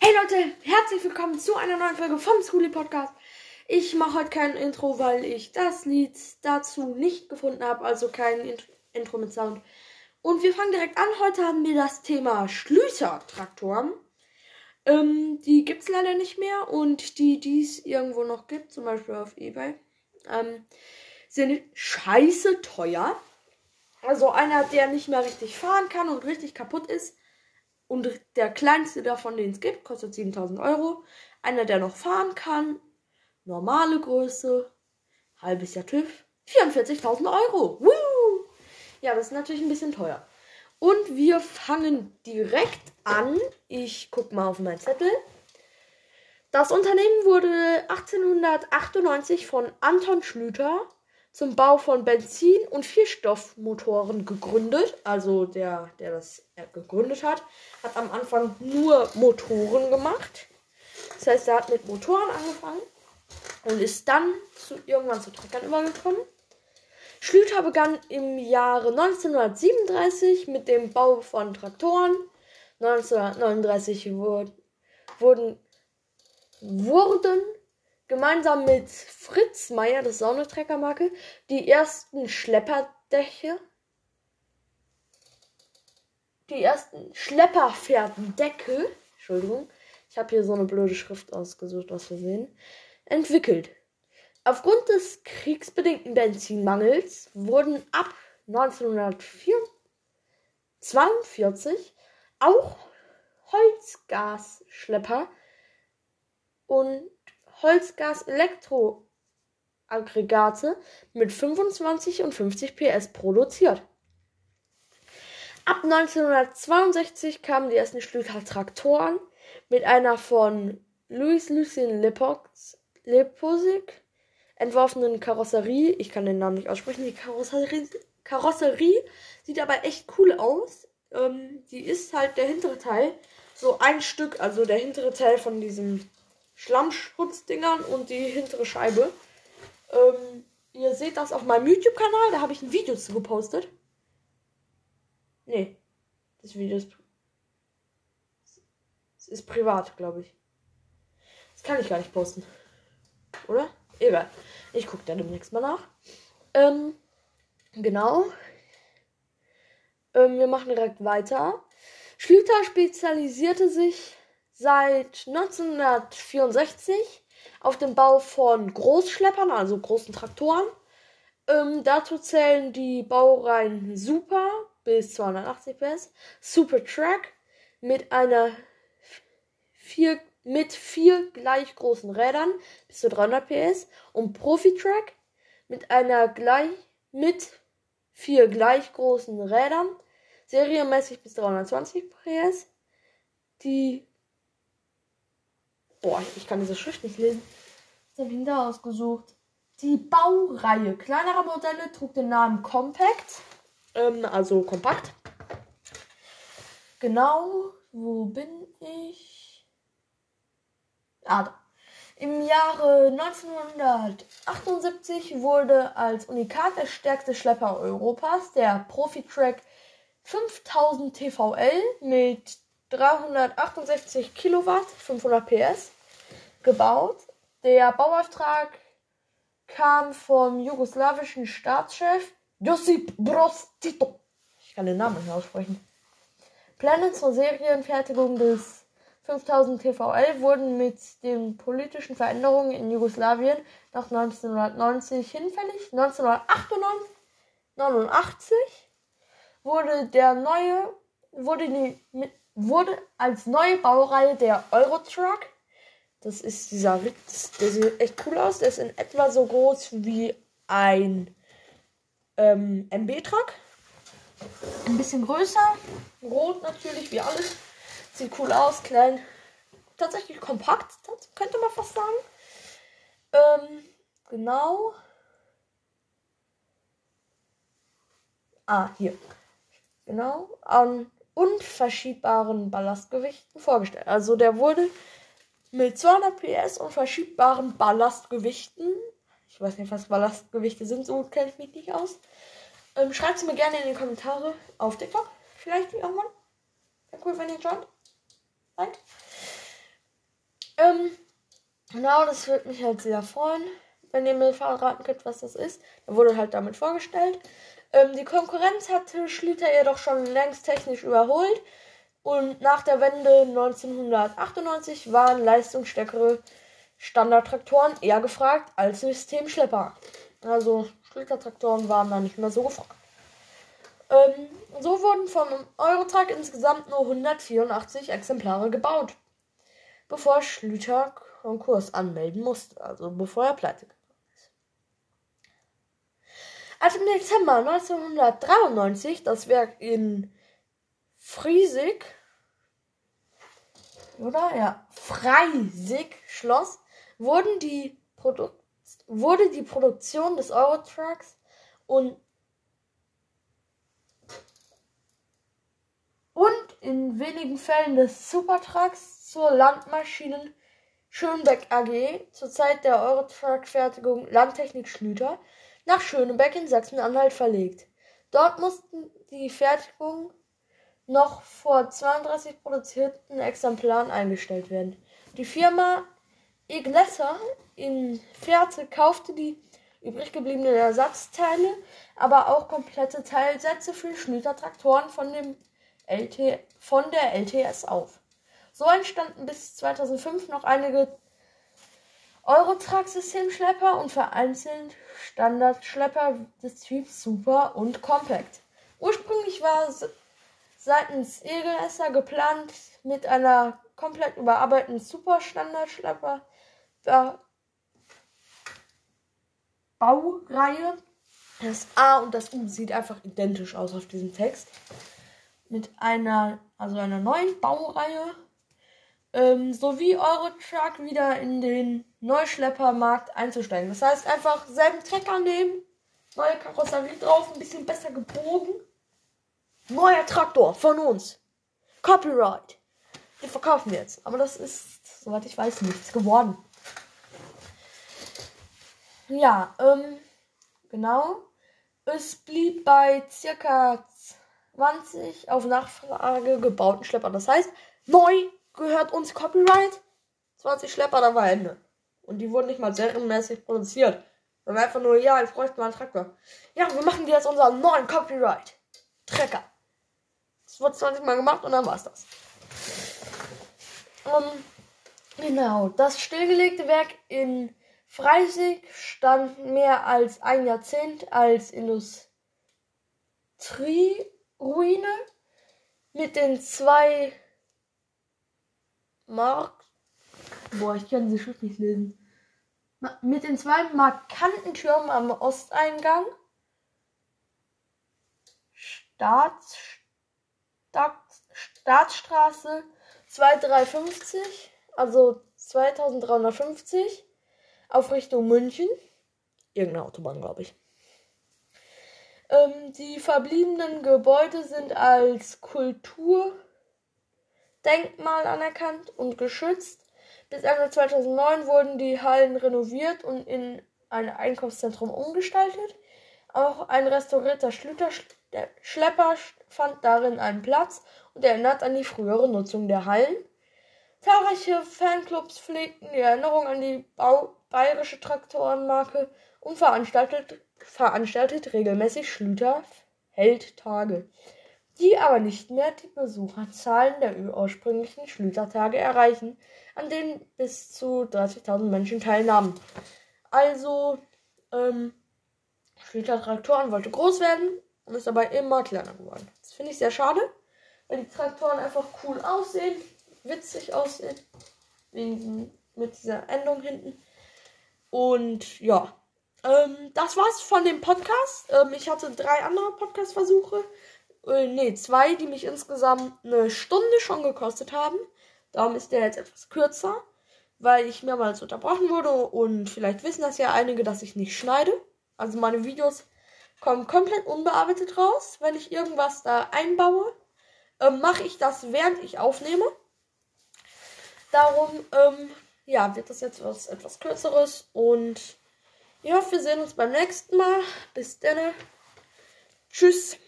Hey Leute, herzlich willkommen zu einer neuen Folge vom Schoolie Podcast. Ich mache heute kein Intro, weil ich das Lied dazu nicht gefunden habe, also kein Intro mit Sound. Und wir fangen direkt an. Heute haben wir das Thema Schlüter-Traktoren. Die gibt es leider nicht mehr und die es irgendwo noch gibt, zum Beispiel auf eBay, sind scheiße teuer. Also einer, der nicht mehr richtig fahren kann und richtig kaputt ist. Und der kleinste davon, den es gibt, kostet 7.000 Euro. Einer, der noch fahren kann, normale Größe, halbes Jahr TÜV, 44.000 Euro. Woo! Ja, das ist natürlich ein bisschen teuer. Und wir fangen direkt an. Ich gucke mal auf meinen Zettel. Das Unternehmen wurde 1898 von Anton Schlüter zum Bau von Benzin- und Vierstoffmotoren gegründet. Also der das gegründet hat am Anfang nur Motoren gemacht. Das heißt, er hat mit Motoren angefangen und ist dann irgendwann zu Treckern übergekommen. Schlüter begann im Jahre 1937 mit dem Bau von Traktoren. 1939 wurden gemeinsam mit Fritz Meier, das ist auch eine Treckermarke, die ersten Schlepperpferdendeckel, Entschuldigung, ich habe hier so eine blöde Schrift ausgesucht aus Versehen, entwickelt. Aufgrund des kriegsbedingten Benzinmangels wurden ab 1942 auch Holzgasschlepper und Holzgas-Elektroaggregate mit 25 und 50 PS produziert. Ab 1962 kamen die ersten Schlüter-Traktoren mit einer von Louis-Lucien Leposig entworfenen Karosserie. Ich kann den Namen nicht aussprechen. Die Karosserie sieht aber echt cool aus. Die ist halt der hintere Teil, so ein Stück, also der hintere Teil von diesen Schlammschutzdingern und die hintere Scheibe. Ihr seht das auf meinem YouTube-Kanal, da habe ich ein Video zu gepostet. Nee, das Video ist privat, glaube ich. Das kann ich gar nicht posten. Oder? Egal. Ich gucke da demnächst mal nach. Genau. Wir machen direkt weiter. Schlüter spezialisierte sich seit 1964 auf den Bau von Großschleppern, also großen Traktoren. Dazu zählen die Baureihen Super bis 280 PS, Super Track mit vier gleich großen Rädern bis zu 300 PS und Profi Track mit vier gleich großen Rädern serienmäßig bis 320 PS. Ich kann diese Schrift nicht lesen. Was habe ich denn da ausgesucht? Die Baureihe kleinerer Modelle trug den Namen Compact, also kompakt. Genau, wo bin ich? Da. Im Jahre 1978 wurde als Unikat der stärkste Schlepper Europas der Profi-Track 5000 TVL mit 368 Kilowatt, 500 PS gebaut. Der Bauauftrag kam vom jugoslawischen Staatschef Josip Broz Tito. Ich kann den Namen nicht aussprechen. Pläne zur Serienfertigung des 5000 TVL wurden mit den politischen Veränderungen in Jugoslawien nach 1990 hinfällig. 1989 wurde als neue Baureihe der Eurotruck. Das ist der sieht echt cool aus. Der ist in etwa so groß wie ein MB-Truck. Ein bisschen größer. Rot natürlich, wie alles. Sieht cool aus, klein. Tatsächlich kompakt, könnte man fast sagen. Genau. Hier. Genau. An unverschiebbaren Ballastgewichten vorgestellt. Also der wurde mit 200 PS und verschiebbaren Ballastgewichten. Ich weiß nicht, was Ballastgewichte sind, so kenne ich mich nicht aus. Schreibt es mir gerne in die Kommentare auf TikTok. Vielleicht irgendwann. Wäre cool, wenn ihr joint. Genau, das würde mich halt sehr freuen, wenn ihr mir verraten könnt, was das ist. Da wurde halt damit vorgestellt. Die Konkurrenz hatte Schlüter jedoch schon längst technisch überholt. Und nach der Wende 1998 waren leistungsstärkere Standardtraktoren eher gefragt als Systemschlepper. Also Schlütertraktoren waren da nicht mehr so gefragt. So wurden vom Eurotruck insgesamt nur 184 Exemplare gebaut, bevor Schlüter Konkurs anmelden musste, also bevor er pleite gegangen ist. Als im Dezember 1993 das Werk in Freising schloss, wurde die Produktion des Eurotrucks und in wenigen Fällen des Supertrucks zur Landmaschinen Schönebeck AG, zur Zeit der Eurotruck-Fertigung Landtechnik Schlüter, nach Schönebeck in Sachsen-Anhalt verlegt. Dort mussten die Fertigung noch vor 32 produzierten Exemplaren eingestellt werden. Die Firma Eglesser in Ferze kaufte die übrig gebliebenen Ersatzteile, aber auch komplette Teilsätze für Schlüter-Traktoren von der LTS auf. So entstanden bis 2005 noch einige Eurotruck-Systemschlepper und vereinzelt Standardschlepper des Typs Super und Compact. Ursprünglich war seitens Eglesser geplant, mit einer komplett überarbeiteten Super-Standardschlepper Baureihe. Das A und das U sieht einfach identisch aus auf diesem Text. Mit einer neuen Baureihe, sowie Eurotruck wieder in den Neuschleppermarkt einzusteigen. Das heißt, einfach selben Trecker nehmen, neue Karosserie drauf, ein bisschen besser gebogen. Neuer Traktor von uns. Copyright. Den verkaufen wir jetzt. Aber das ist, soweit ich weiß, nichts geworden. Ja, genau. Es blieb bei circa 20 auf Nachfrage gebauten Schleppern. Das heißt, neu gehört uns Copyright. 20 Schlepper, dann war Ende. Und die wurden nicht mal serienmäßig produziert. Sondern einfach nur, ja, ich bräuchte mal einen Traktor. Ja, wir machen dir jetzt unseren neuen Copyright-Trecker. Das wurde 20 Mal gemacht und dann war's das. Genau, das stillgelegte Werk in Freising stand mehr als ein Jahrzehnt als Industrieruine mit den zwei ich kann diese Schrift nicht lesen. Mit den zwei markanten Türmen am Osteingang. Staatsstraße 2350, also 2350 auf Richtung München. Irgendeine Autobahn, glaube ich. Die verbliebenen Gebäude sind als Kulturdenkmal anerkannt und geschützt. Bis Ende 2009 wurden die Hallen renoviert und in ein Einkaufszentrum umgestaltet. Auch ein restaurierter Schlepper fand darin einen Platz und erinnert an die frühere Nutzung der Hallen. Zahlreiche Fanclubs pflegten die Erinnerung an die bayerische Traktorenmarke und veranstaltet regelmäßig Schlüter-Feldtage, die aber nicht mehr die Besucherzahlen der ursprünglichen Schlütertage erreichen, an denen bis zu 30.000 Menschen teilnahmen. Also, Schlüter-Traktoren wollte groß werden und ist dabei immer kleiner geworden. Das finde ich sehr schade, weil die Traktoren einfach cool aussehen, witzig aussehen, mit dieser Endung hinten. Und ja, das war's von dem Podcast. Ich hatte 3 andere Podcast-Versuche. 2, die mich insgesamt eine Stunde schon gekostet haben. Darum ist der jetzt etwas kürzer, weil ich mehrmals unterbrochen wurde und vielleicht wissen das ja einige, dass ich nicht schneide. Also meine Videos kommen komplett unbearbeitet raus. Wenn ich irgendwas da einbaue, mache ich das, während ich aufnehme. Darum, wird das jetzt was etwas Kürzeres und ich hoffe, wir sehen uns beim nächsten Mal. Bis dann. Tschüss.